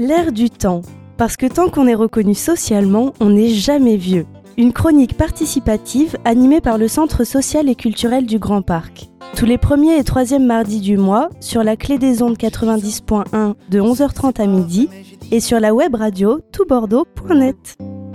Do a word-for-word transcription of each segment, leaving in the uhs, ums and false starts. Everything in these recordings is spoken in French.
L'air du temps, parce que tant qu'on est reconnu socialement, on n'est jamais vieux. Une chronique participative animée par le Centre social et culturel du Grand Parc. Tous les premiers et troisièmes mardis du mois, sur la Clé des Ondes quatre-vingt-dix point un de onze heures trente à midi et sur la web radio tout bordeaux point net.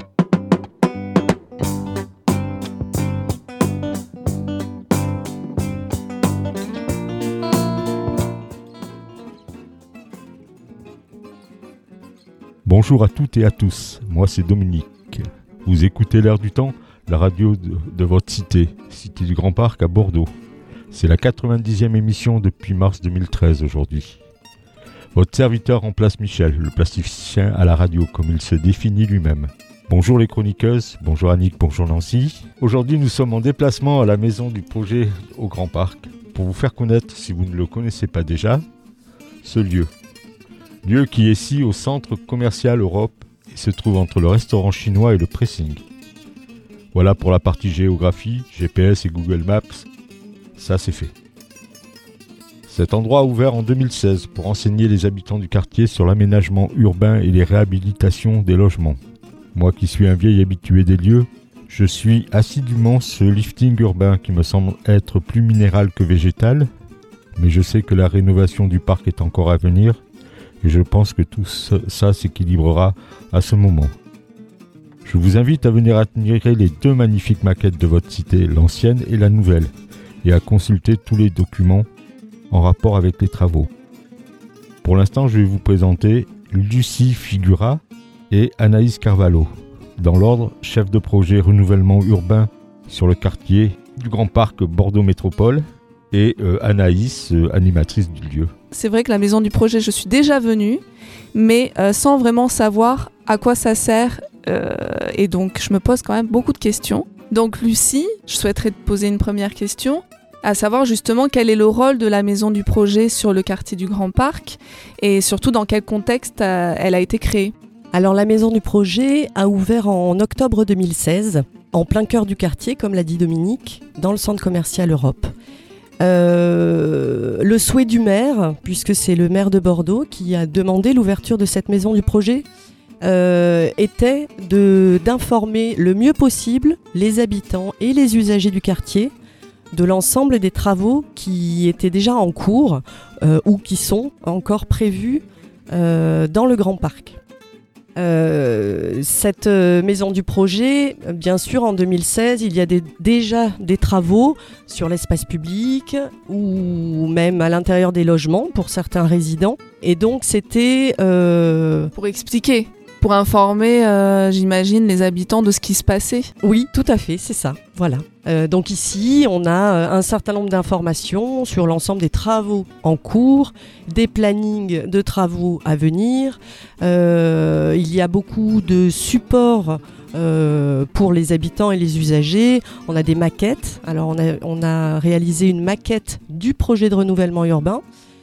Bonjour à toutes et à tous, moi c'est Dominique. Vous écoutez l'Air du temps, la radio de, de votre cité, cité du Grand Parc à Bordeaux. C'est la quatre-vingt-dixième émission depuis mars deux mille treize aujourd'hui. Votre serviteur remplace Michel, le plasticien à la radio, comme il se définit lui-même. Bonjour les chroniqueuses, bonjour Annick, bonjour Nancy. Aujourd'hui nous sommes en déplacement à la maison du projet au Grand Parc pour vous faire connaître, si vous ne le connaissez pas déjà, ce lieu. Lieu qui est ici au centre commercial Europe et se trouve entre le restaurant chinois et le pressing. Voilà pour la partie géographie, G P S et Google Maps, ça c'est fait. Cet endroit a ouvert en deux mille seize pour enseigner les habitants du quartier sur l'aménagement urbain et les réhabilitations des logements. Moi qui suis un vieil habitué des lieux, je suis assidûment ce lifting urbain qui me semble être plus minéral que végétal, mais je sais que la rénovation du parc est encore à venir. Et je pense que tout ça s'équilibrera à ce moment. Je vous invite à venir admirer les deux magnifiques maquettes de votre cité, l'ancienne et la nouvelle, et à consulter tous les documents en rapport avec les travaux. Pour l'instant, je vais vous présenter Lucie Figura et Anaïs Carvalho. Dans l'ordre, chef de projet renouvellement urbain sur le quartier du Grand Parc Bordeaux Métropole, et euh, Anaïs, euh, animatrice du lieu. C'est vrai que la maison du projet, je suis déjà venue, mais euh, sans vraiment savoir à quoi ça sert. Euh, et donc, je me pose quand même beaucoup de questions. Donc, Lucie, je souhaiterais te poser une première question, à savoir justement quel est le rôle de la maison du projet sur le quartier du Grand Parc et surtout dans quel contexte euh, elle a été créée. Alors, la maison du projet a ouvert en octobre deux mille seize, en plein cœur du quartier, comme l'a dit Dominique, dans le centre commercial Europe. Euh, le souhait du maire, puisque c'est le maire de Bordeaux qui a demandé l'ouverture de cette maison du projet, euh, était de, d'informer le mieux possible les habitants et les usagers du quartier de l'ensemble des travaux qui étaient déjà en cours euh, ou qui sont encore prévus euh, dans le Grand Parc. Euh, cette euh, maison du projet, bien sûr, en deux mille seize, il y a des, déjà des travaux sur l'espace public ou même à l'intérieur des logements pour certains résidents. Et donc, c'était... Euh... Pour expliquer, pour informer, euh, j'imagine, les habitants de ce qui se passait. Oui, tout à fait, c'est ça. Voilà. Euh, donc ici, on a un certain nombre d'informations sur l'ensemble des travaux en cours, des plannings de travaux à venir. Euh, il y a beaucoup de supports euh, pour les habitants et les usagers. On a des maquettes. Alors, on a, on a réalisé une maquette du projet de renouvellement urbain,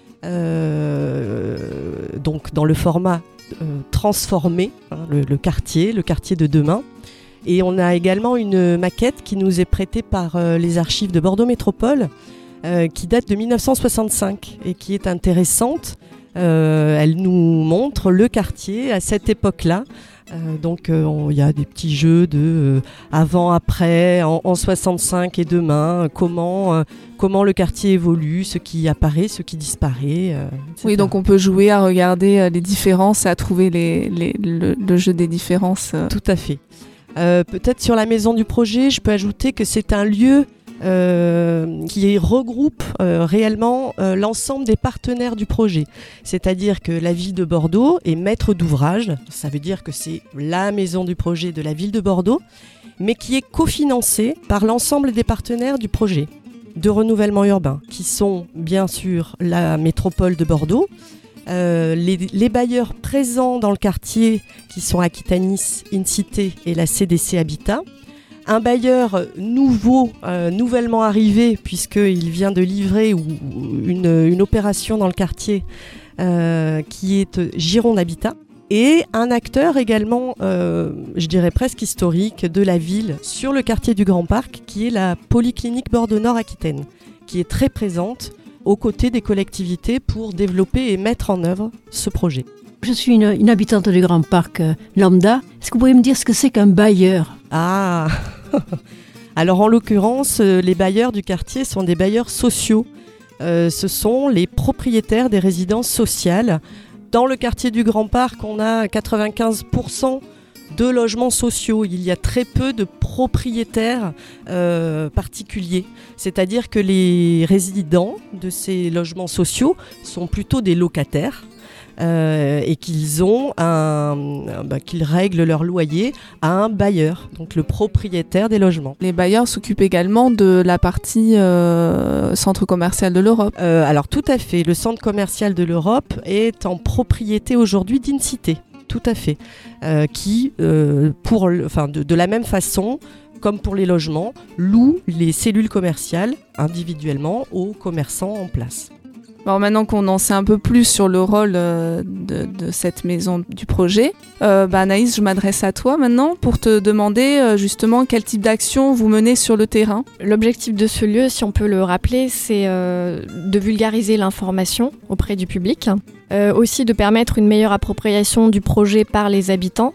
euh, donc dans le format euh, transformé, hein, le, le quartier, le quartier de demain. Et on a également une maquette qui nous est prêtée par euh, les archives de Bordeaux Métropole, euh, qui date de dix-neuf cent soixante-cinq et qui est intéressante. Euh, elle nous montre le quartier à cette époque-là. Euh, donc il euh, y a des petits jeux de euh, avant, après, en, en soixante-cinq et demain, euh, comment, euh, comment le quartier évolue, ce qui apparaît, ce qui disparaît. Euh, oui, donc on peut jouer à regarder euh, les différences, à trouver les, les, le, le jeu des différences. Euh. Tout à fait. Euh, peut-être sur la maison du projet, je peux ajouter que c'est un lieu euh, qui regroupe euh, réellement euh, l'ensemble des partenaires du projet. C'est-à-dire que la ville de Bordeaux est maître d'ouvrage, ça veut dire que c'est la maison du projet de la ville de Bordeaux, mais qui est cofinancée par l'ensemble des partenaires du projet de renouvellement urbain, qui sont bien sûr la métropole de Bordeaux, Euh, les, les bailleurs présents dans le quartier qui sont Aquitanis, Incité et la C D C Habitat. Un bailleur nouveau, euh, nouvellement arrivé puisqu'il vient de livrer ou, une, une opération dans le quartier euh, qui est Gironde Habitat. Et un acteur également, euh, je dirais presque historique, de la ville sur le quartier du Grand Parc qui est la Polyclinique Bordeaux-Nord-Aquitaine, qui est très présente aux côtés des collectivités pour développer et mettre en œuvre ce projet. Je suis une, une habitante du Grand Parc euh, lambda. Est-ce que vous pouvez me dire ce que c'est qu'un bailleur ? Ah Alors en l'occurrence, euh, les bailleurs du quartier sont des bailleurs sociaux. Euh, ce sont les propriétaires des résidences sociales. Dans le quartier du Grand Parc, on a quatre-vingt-quinze pour cent de logements sociaux. Il y a très peu de propriétaires euh, particuliers. C'est-à-dire que les résidents de ces logements sociaux sont plutôt des locataires. Euh, et qu'ils ont un, bah, qu'ils règlent leur loyer à un bailleur, donc le propriétaire des logements. Les bailleurs s'occupent également de la partie euh, centre commercial de l'Europe. Euh, alors tout à fait, le centre commercial de l'Europe est en propriété aujourd'hui d'Incité, tout à fait, euh, qui, euh, pour, enfin, de, de la même façon, comme pour les logements, loue les cellules commerciales individuellement aux commerçants en place. Alors maintenant qu'on en sait un peu plus sur le rôle euh, de, de cette maison du projet, euh, bah Anaïs, je m'adresse à toi maintenant pour te demander euh, justement quel type d'action vous menez sur le terrain. L'objectif de ce lieu, si on peut le rappeler, c'est euh, de vulgariser l'information auprès du public, euh, aussi de permettre une meilleure appropriation du projet par les habitants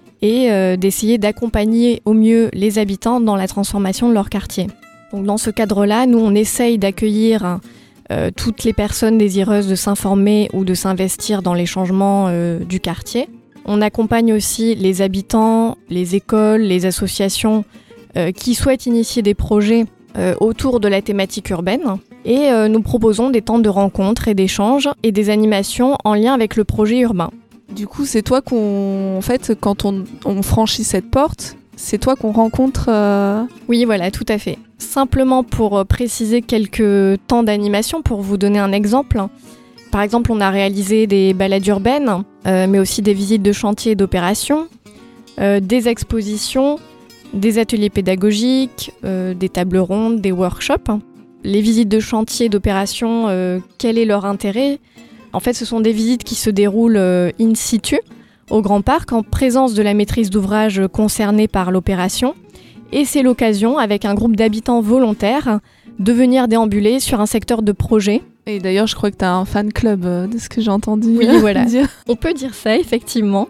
et euh, d'essayer d'accompagner au mieux les habitants dans la transformation de leur quartier. Donc dans ce cadre-là, nous on essaye d'accueillir Euh, toutes les personnes désireuses de s'informer ou de s'investir dans les changements euh, du quartier. On accompagne aussi les habitants, les écoles, les associations euh, qui souhaitent initier des projets euh, autour de la thématique urbaine. Et euh, nous proposons des temps de rencontres et d'échanges et des animations en lien avec le projet urbain. Du coup, c'est toi qu'on, en fait, quand on, on franchit cette porte, c'est toi qu'on rencontre euh... Oui, voilà, tout à fait. Simplement pour préciser quelques temps d'animation, pour vous donner un exemple. Par exemple, on a réalisé des balades urbaines, euh, mais aussi des visites de chantier et d'opérations, euh, des expositions, des ateliers pédagogiques, euh, des tables rondes, des workshops. Les visites de chantier et d'opérations, euh, quel est leur intérêt ? En fait, ce sont des visites qui se déroulent euh, in situ, au Grand Parc, en présence de la maîtrise d'ouvrage concernée par l'opération. Et c'est l'occasion, avec un groupe d'habitants volontaires, de venir déambuler sur un secteur de projet. Et d'ailleurs, je crois que tu as un fan club euh, de ce que j'ai entendu oui, euh, voilà. dire. On peut dire ça, effectivement.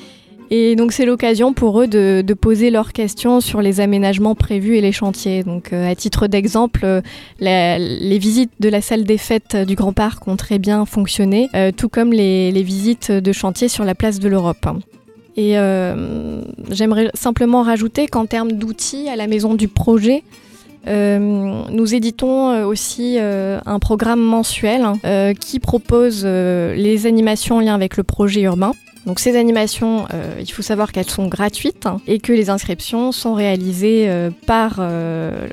Et donc, c'est l'occasion pour eux de, de poser leurs questions sur les aménagements prévus et les chantiers. Donc, euh, à titre d'exemple, euh, la, les visites de la salle des fêtes du Grand Parc ont très bien fonctionné, euh, tout comme les, les visites de chantier sur la place de l'Europe. Et euh, j'aimerais simplement rajouter qu'en termes d'outils à la maison du projet, euh, nous éditons aussi euh, un programme mensuel euh, qui propose euh, les animations en lien avec le projet urbain. Donc ces animations, euh, il faut savoir qu'elles sont gratuites hein, et que les inscriptions sont réalisées euh, par euh,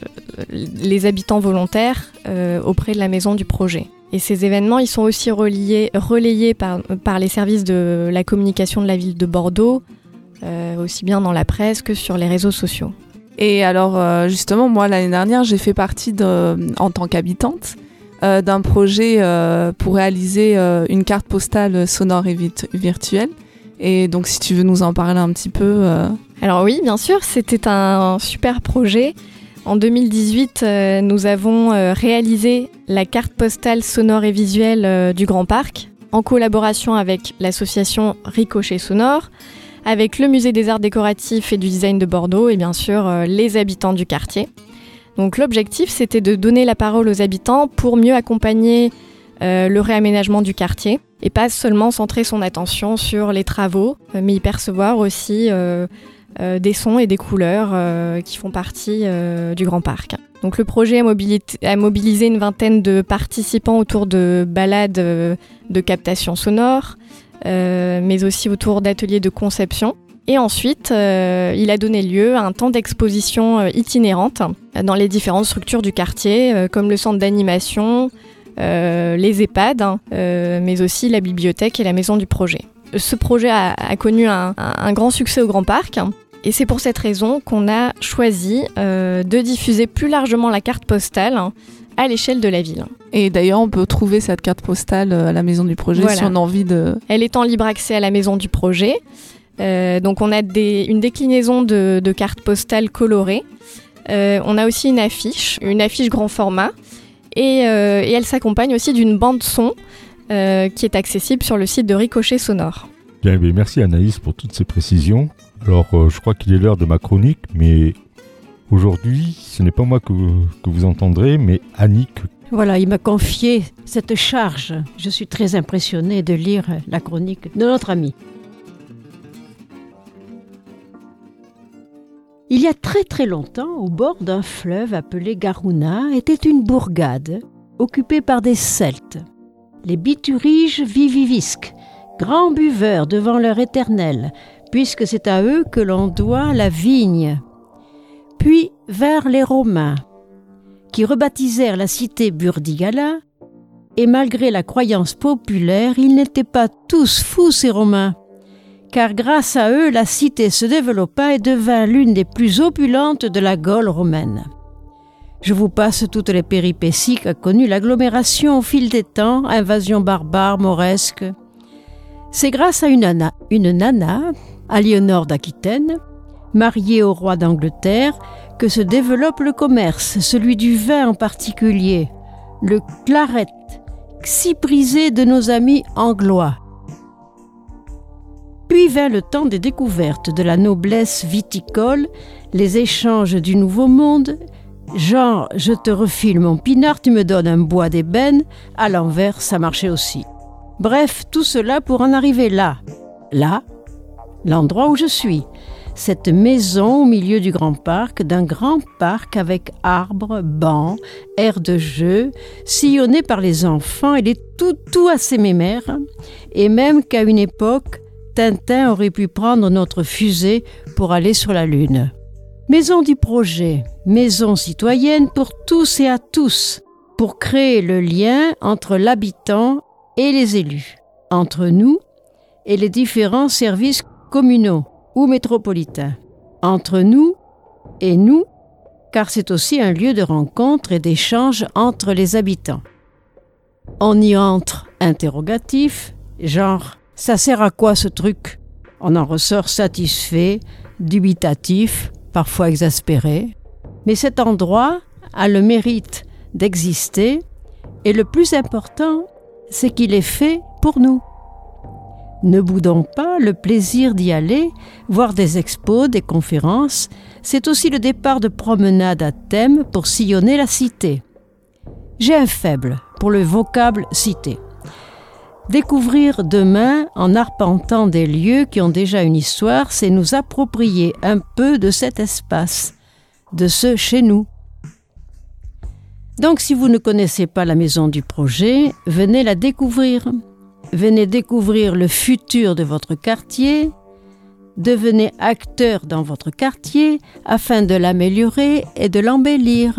les habitants volontaires euh, auprès de la maison du projet. Et ces événements, ils sont aussi reliés, relayés par, par les services de la communication de la ville de Bordeaux, euh, aussi bien dans la presse que sur les réseaux sociaux. Et alors, euh, justement, moi, l'année dernière, j'ai fait partie, de, en tant qu'habitante, euh, d'un projet euh, pour réaliser euh, une carte postale sonore et vit- virtuelle. Et donc, si tu veux nous en parler un petit peu... Euh... Alors oui, bien sûr, c'était un super projet. En deux mille dix-huit, euh, nous avons euh, réalisé la carte postale sonore et visuelle euh, du Grand Parc en collaboration avec l'association Ricochet Sonore, avec le Musée des Arts Décoratifs et du Design de Bordeaux et bien sûr euh, les habitants du quartier. Donc l'objectif, c'était de donner la parole aux habitants pour mieux accompagner euh, le réaménagement du quartier et pas seulement centrer son attention sur les travaux, euh, mais y percevoir aussi... Euh, Euh, des sons et des couleurs euh, qui font partie euh, du Grand Parc. Donc le projet a, mobili- a mobilisé une vingtaine de participants autour de balades euh, de captation sonore, euh, mais aussi autour d'ateliers de conception. Et ensuite, euh, il a donné lieu à un temps d'exposition euh, itinérante dans les différentes structures du quartier, euh, comme le centre d'animation, euh, les EHPAD, hein, euh, mais aussi la bibliothèque et la maison du projet. Ce projet a, a connu un, un, un grand succès au Grand Parc et c'est pour cette raison qu'on a choisi euh, de diffuser plus largement la carte postale à l'échelle de la ville. Et d'ailleurs, on peut trouver cette carte postale à la maison du projet voilà. si on a envie de... Elle est en libre accès à la maison du projet. Euh, donc on a des, une déclinaison de, de cartes postales colorées. Euh, on a aussi une affiche, une affiche grand format. Et, euh, et elle s'accompagne aussi d'une bande son euh, qui est accessible sur le site de Ricochet Sonore. Bien, bien, merci Anaïs pour toutes ces précisions. Alors, euh, je crois qu'il est l'heure de ma chronique, mais aujourd'hui, ce n'est pas moi que, que vous entendrez, mais Annick. Voilà, il m'a confié cette charge. Je suis très impressionnée de lire la chronique de notre ami. Il y a très très longtemps, au bord d'un fleuve appelé Garuna, était une bourgade occupée par des Celtes. Les Bituriges vivivisques, grands buveurs devant leur éternel, puisque c'est à eux que l'on doit la vigne. Puis vers les Romains, qui rebaptisèrent la cité Burdigala, et malgré la croyance populaire, ils n'étaient pas tous fous ces Romains, car grâce à eux, la cité se développa et devint l'une des plus opulentes de la Gaule romaine. Je vous passe toutes les péripéties qu'a connues l'agglomération au fil des temps, invasion barbare, mauresque. C'est grâce à une nana, une nana, Aliénor d'Aquitaine, mariée au roi d'Angleterre, que se développe le commerce, celui du vin en particulier, le claret, si prisé de nos amis anglois. Puis vint le temps des découvertes de la noblesse viticole, les échanges du Nouveau Monde, genre « je te refile mon pinard, tu me donnes un bois d'ébène », à l'envers ça marchait aussi. Bref, tout cela pour en arriver là. Là, l'endroit où je suis. Cette maison au milieu du grand parc, d'un grand parc avec arbres, bancs, aires de jeu, sillonné par les enfants, il est tout, tout assez mémère, et même qu'à une époque, Tintin aurait pu prendre notre fusée pour aller sur la Lune. Maison du projet, maison citoyenne pour tous et à tous, pour créer le lien entre l'habitant et les élus, entre nous et les différents services communaux ou métropolitains, entre nous et nous, car c'est aussi un lieu de rencontre et d'échange entre les habitants. On y entre interrogatif, genre « ça sert à quoi ce truc ?» On en ressort satisfait, dubitatif, parfois exaspéré. Mais cet endroit a le mérite d'exister et le plus important, c'est qu'il est fait pour nous. Ne boudons pas le plaisir d'y aller, voir des expos, des conférences. C'est aussi le départ de promenades à thème pour sillonner la cité. J'ai un faible pour le vocable cité. Découvrir demain, en arpentant des lieux qui ont déjà une histoire, c'est nous approprier un peu de cet espace, de ce chez nous. Donc si vous ne connaissez pas la maison du projet, venez la découvrir. Venez découvrir le futur de votre quartier, devenez acteur dans votre quartier afin de l'améliorer et de l'embellir.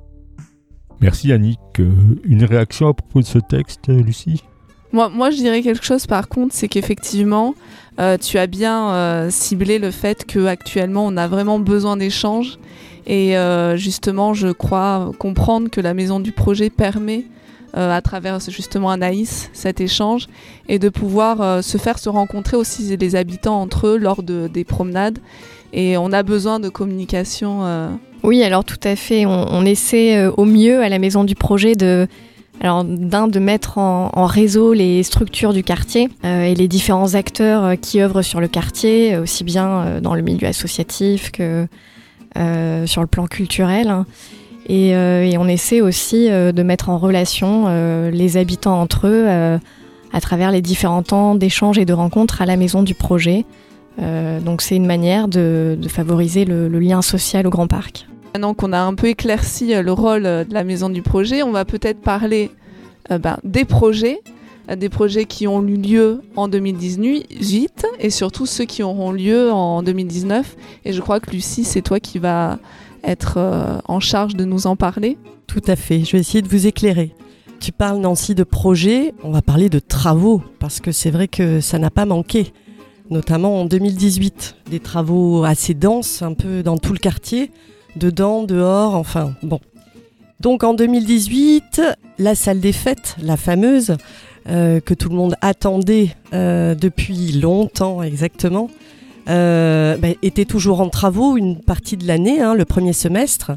Merci Annick. Une réaction à propos de ce texte, Lucie ? Moi, moi, je dirais quelque chose par contre, c'est qu'effectivement, euh, tu as bien euh, ciblé le fait qu'actuellement, on a vraiment besoin d'échanges. Et euh, justement, je crois comprendre que la maison du projet permet, euh, à travers justement Anaïs, cet échange, et de pouvoir euh, se faire se rencontrer aussi les habitants entre eux lors de, des promenades. Et on a besoin de communication. Euh... Oui, alors tout à fait. On, on essaie euh, au mieux à la maison du projet de... Alors, d'un, de mettre en, en réseau les structures du quartier euh, et les différents acteurs euh, qui œuvrent sur le quartier, aussi bien euh, dans le milieu associatif que euh, sur le plan culturel. Hein. Et, euh, et on essaie aussi euh, de mettre en relation euh, les habitants entre eux euh, à travers les différents temps d'échanges et de rencontres à la maison du projet. Euh, donc, c'est une manière de, de favoriser le, le lien social au Grand Parc. Maintenant qu'on a un peu éclairci le rôle de la maison du projet, on va peut-être parler euh, ben, des projets, euh, des projets qui ont eu lieu en deux mille dix-huit et surtout ceux qui auront lieu en deux mille dix-neuf. Et je crois que Lucie, c'est toi qui vas être euh, en charge de nous en parler. Tout à fait, je vais essayer de vous éclairer. Tu parles, Nancy, de projets, on va parler de travaux, parce que c'est vrai que ça n'a pas manqué, notamment en deux mille dix-huit. Des travaux assez denses, un peu dans tout le quartier, dedans, dehors, enfin, bon. Donc en deux mille dix-huit, la salle des fêtes, la fameuse, euh, que tout le monde attendait euh, depuis longtemps exactement, euh, bah, était toujours en travaux une partie de l'année, hein, le premier semestre.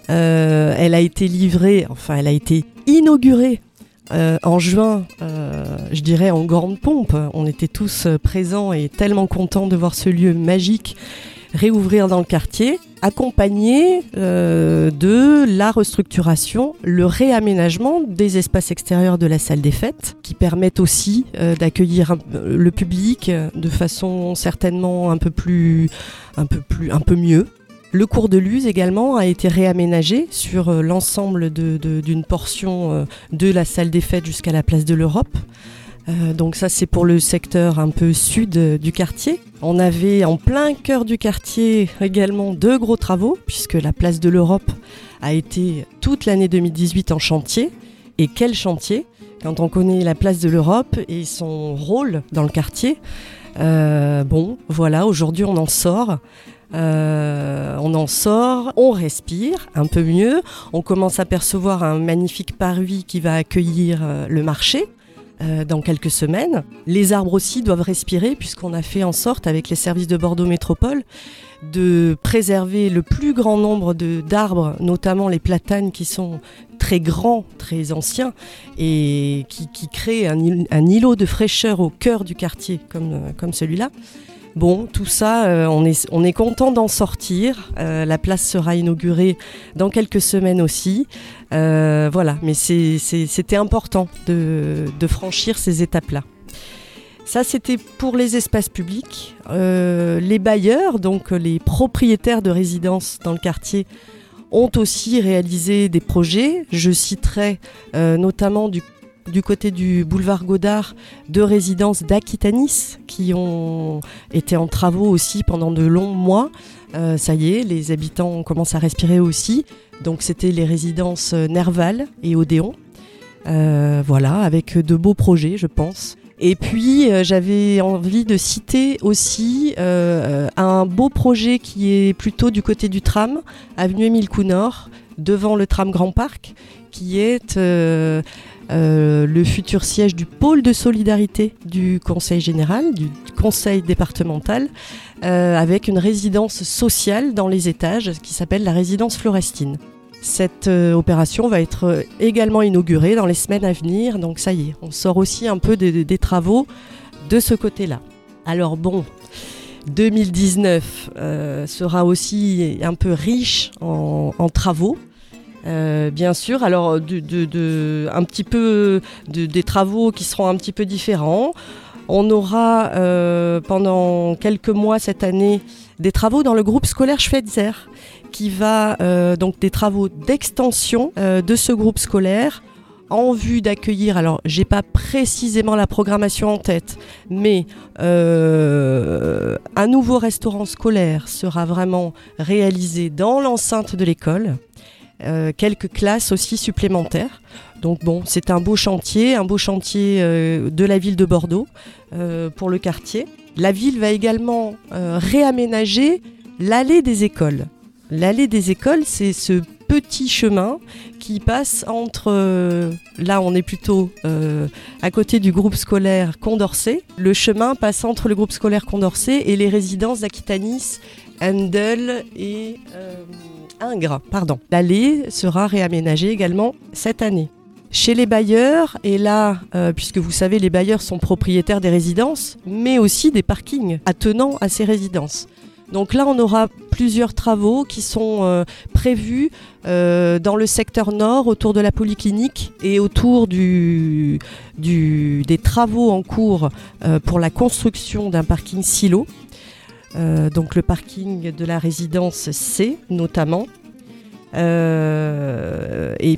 Euh, elle a été livrée, enfin elle a été inaugurée euh, en juin euh, je dirais en grande pompe. On était tous présents et tellement contents de voir ce lieu magique réouvrir dans le quartier, accompagné euh, de la restructuration, le réaménagement des espaces extérieurs de la salle des fêtes, qui permettent aussi euh, d'accueillir un, le public de façon certainement un peu plus, un peu plus, un peu mieux. Le cours de Luz également a été réaménagé sur euh, l'ensemble de, de, d'une portion euh, de la salle des fêtes jusqu'à la place de l'Europe. Euh, donc ça c'est pour le secteur un peu sud euh, du quartier. On avait en plein cœur du quartier également deux gros travaux puisque la place de l'Europe a été toute l'année deux mille dix-huit en chantier. Et quel chantier quand on connaît la place de l'Europe et son rôle dans le quartier. Euh, bon voilà, aujourd'hui on en sort. Euh, on en sort, on respire un peu mieux. On commence à percevoir un magnifique parvis qui va accueillir euh, le marché. Dans quelques semaines. Les arbres aussi doivent respirer puisqu'on a fait en sorte avec les services de Bordeaux Métropole de préserver le plus grand nombre de, d'arbres, notamment les platanes qui sont très grands, très anciens et qui, qui créent un, un îlot de fraîcheur au cœur du quartier comme, comme celui-là. Bon, tout ça, euh, on est, on est content d'en sortir. Euh, la place sera inaugurée dans quelques semaines aussi. Euh, voilà, mais c'est, c'est, c'était important de, de franchir ces étapes-là. Ça, c'était pour les espaces publics. Euh, les bailleurs, donc les propriétaires de résidences dans le quartier, ont aussi réalisé des projets. Je citerai euh, notamment du du côté du boulevard Godard, deux résidences d'Aquitanis qui ont été en travaux aussi pendant de longs mois. Euh, ça y est, les habitants commencent à respirer aussi. Donc c'était les résidences Nerval et Odéon. Euh, voilà, avec de beaux projets, je pense. Et puis, euh, j'avais envie de citer aussi euh, un beau projet qui est plutôt du côté du tram, avenue Émile Counor, devant le tram Grand Parc, qui est euh, euh, le futur siège du pôle de solidarité du Conseil général, du Conseil départemental, euh, avec une résidence sociale dans les étages qui s'appelle la résidence Florestine. Cette euh, opération va être également inaugurée dans les semaines à venir, donc ça y est, on sort aussi un peu des, des travaux de ce côté-là. Alors bon, deux mille dix-neuf euh, sera aussi un peu riche en, en travaux. Euh, bien sûr, alors de, de, de, un petit peu de, des travaux qui seront un petit peu différents. On aura euh, pendant quelques mois cette année des travaux dans le groupe scolaire Schweitzer, qui va euh, donc des travaux d'extension euh, de ce groupe scolaire en vue d'accueillir, alors j'ai pas précisément la programmation en tête, mais euh, un nouveau restaurant scolaire sera vraiment réalisé dans l'enceinte de l'école. Euh, quelques classes aussi supplémentaires. Donc bon, c'est un beau chantier, un beau chantier euh, de la ville de Bordeaux euh, pour le quartier. La ville va également euh, réaménager l'allée des écoles. L'allée des écoles, c'est ce petit chemin qui passe entre, euh, là on est plutôt euh, à côté du groupe scolaire Condorcet. Le chemin passe entre le groupe scolaire Condorcet et les résidences d'Aquitanis, Handel et euh, Ingres. Pardon. L'allée sera réaménagée également cette année. Chez les bailleurs, et là, euh, puisque vous savez, les bailleurs sont propriétaires des résidences, mais aussi des parkings attenant à ces résidences. Donc là, on aura plusieurs travaux qui sont euh, prévus euh, dans le secteur nord, autour de la polyclinique et autour du, du, des travaux en cours euh, pour la construction d'un parking silo. Euh, donc le parking de la résidence C, notamment. Euh, et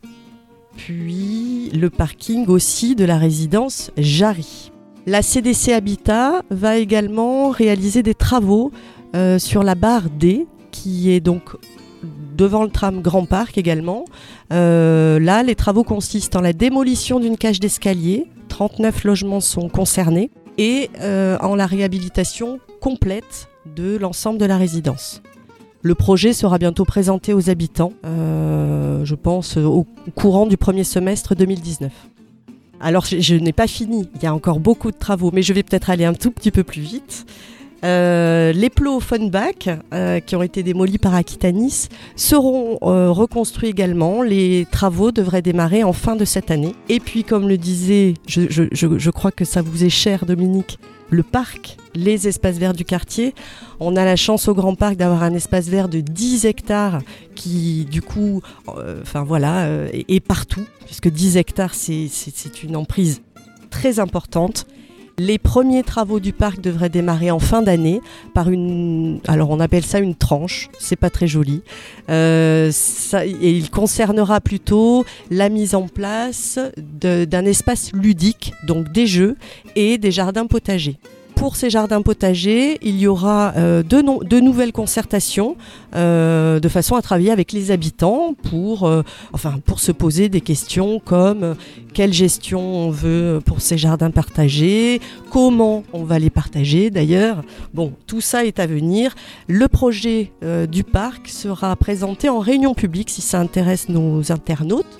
puis le parking aussi de la résidence Jarry. La C D C Habitat va également réaliser des travaux Euh, sur la barre D, qui est donc devant le tram Grand Parc également. Euh, là, les travaux consistent en la démolition d'une cage d'escalier, trente-neuf logements sont concernés, et euh, en la réhabilitation complète de l'ensemble de la résidence. Le projet sera bientôt présenté aux habitants, euh, je pense au courant du premier semestre deux mille dix-neuf. Alors, je, je n'ai pas fini, il y a encore beaucoup de travaux, mais je vais peut-être aller un tout petit peu plus vite. Euh, les plots Offenbach, euh, qui ont été démolis par Aquitanis, seront euh, reconstruits également. Les travaux devraient démarrer en fin de cette année. Et puis, comme le disait, je, je, je, je crois que ça vous est cher, Dominique, le parc, les espaces verts du quartier. On a la chance au Grand Parc d'avoir un espace vert de dix hectares qui, du coup, euh, enfin voilà, euh, est, est partout, puisque dix hectares, c'est, c'est, c'est une emprise très importante. Les premiers travaux du parc devraient démarrer en fin d'année par une, alors on appelle ça une tranche, c'est pas très joli. Euh, ça, et il concernera plutôt la mise en place de, d'un espace ludique, donc des jeux et des jardins potagers. Pour ces jardins potagers, il y aura euh, de, no- de nouvelles concertations euh, de façon à travailler avec les habitants pour, euh, enfin, pour se poser des questions comme euh, quelle gestion on veut pour ces jardins partagés, comment on va les partager d'ailleurs. Bon, tout ça est à venir. Le projet euh, du parc sera présenté en réunion publique si ça intéresse nos internautes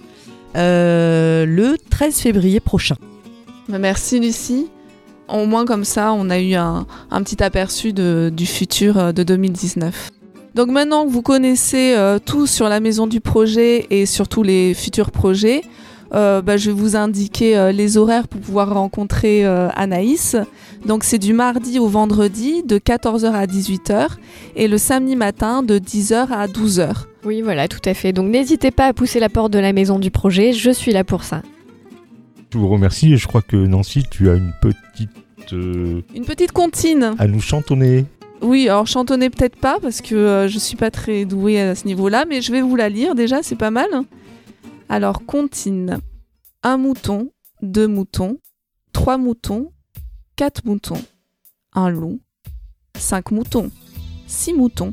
euh, le treize février prochain. Merci Lucie. Au moins comme ça, on a eu un, un petit aperçu de, du futur de deux mille dix-neuf. Donc maintenant que vous connaissez euh, tout sur la maison du projet et surtout les futurs projets, euh, bah, je vais vous indiquer euh, les horaires pour pouvoir rencontrer euh, Anaïs. Donc c'est du mardi au vendredi de quatorze heures à dix-huit heures et le samedi matin de dix heures à douze heures. Oui, voilà, tout à fait. Donc n'hésitez pas à pousser la porte de la maison du projet, je suis là pour ça. Je vous remercie et je crois que Nancy, tu as une petite... Euh, Une petite comptine. à nous chantonner. Oui, alors chantonner peut-être pas parce que euh, je suis pas très douée à ce niveau-là, mais je vais vous la lire déjà, c'est pas mal. Alors, comptine. Un mouton, deux moutons, trois moutons, quatre moutons, un loup, cinq moutons, six moutons.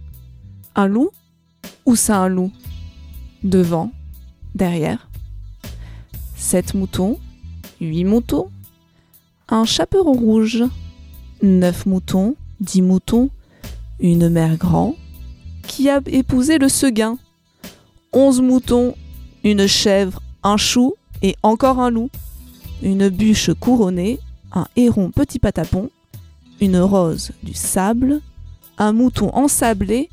Un loup? Où ça un loup? Devant, derrière. Sept moutons, huit moutons, un chaperon rouge, neuf moutons, dix moutons, une mère grand qui a épousé le Seguin, onze moutons, une chèvre, un chou et encore un loup, une bûche couronnée, un héron petit patapon, une rose du sable, un mouton ensablé,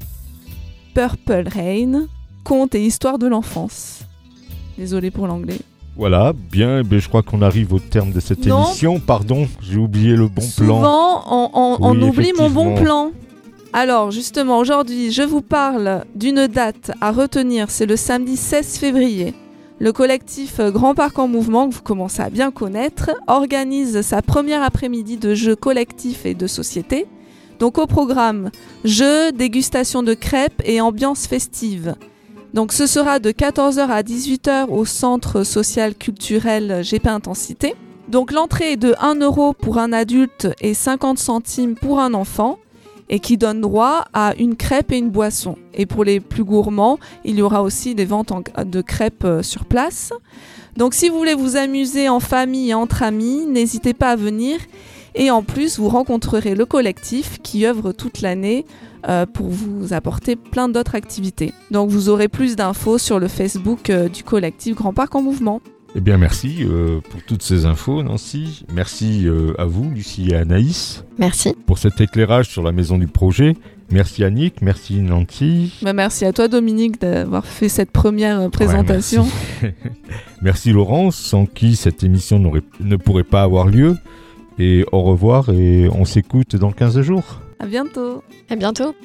Purple Rain, conte et histoire de l'enfance. Désolée pour l'anglais. Voilà, bien, eh bien, je crois qu'on arrive au terme de cette Non. émission. Pardon, j'ai oublié le bon plan. Souvent, on, on- on Oui, oublie mon bon effectivement. plan. Alors, justement, aujourd'hui, je vous parle d'une date à retenir. C'est le samedi seize février. Le collectif Grand Parc en Mouvement, que vous commencez à bien connaître, organise sa première après-midi de jeux collectifs et de société. Donc, au programme, jeux, dégustation de crêpes et ambiance festive. Donc ce sera de quatorze heures à dix-huit heures au centre social culturel G P Intensité. Donc l'entrée est de un euro pour un adulte et cinquante centimes pour un enfant et qui donne droit à une crêpe et une boisson. Et pour les plus gourmands, il y aura aussi des ventes en- de crêpes euh, sur place. Donc si vous voulez vous amuser en famille et entre amis, n'hésitez pas à venir. Et en plus, vous rencontrerez le collectif qui œuvre toute l'année euh, pour vous apporter plein d'autres activités. Donc vous aurez plus d'infos sur le Facebook euh, du collectif Grand Parc en Mouvement. Eh bien, merci euh, pour toutes ces infos, Nancy. Merci euh, à vous, Lucie et Anaïs, Merci. pour cet éclairage sur la maison du projet. Merci Annick, merci Nancy. Bah, merci à toi Dominique d'avoir fait cette première euh, présentation. Ouais, merci. Merci Laurence, sans qui cette émission n'aurait- ne pourrait pas avoir lieu. Et au revoir et on s'écoute dans quinze jours. À bientôt. À bientôt.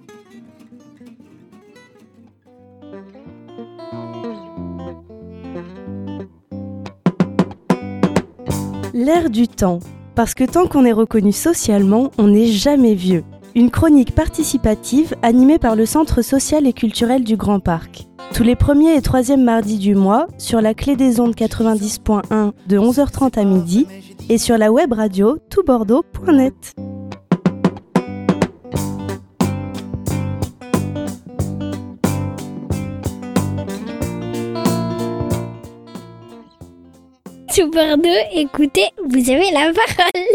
L'air du temps. Parce que tant qu'on est reconnu socialement, on n'est jamais vieux. Une chronique participative animée par le Centre social et culturel du Grand Parc. Tous les premiers et troisièmes mardis du mois, sur la Clé des Ondes quatre-vingt-dix point un de onze heures trente à midi et sur la web radio tout bordeaux point net. Tout Bordeaux, écoutez, vous avez la parole.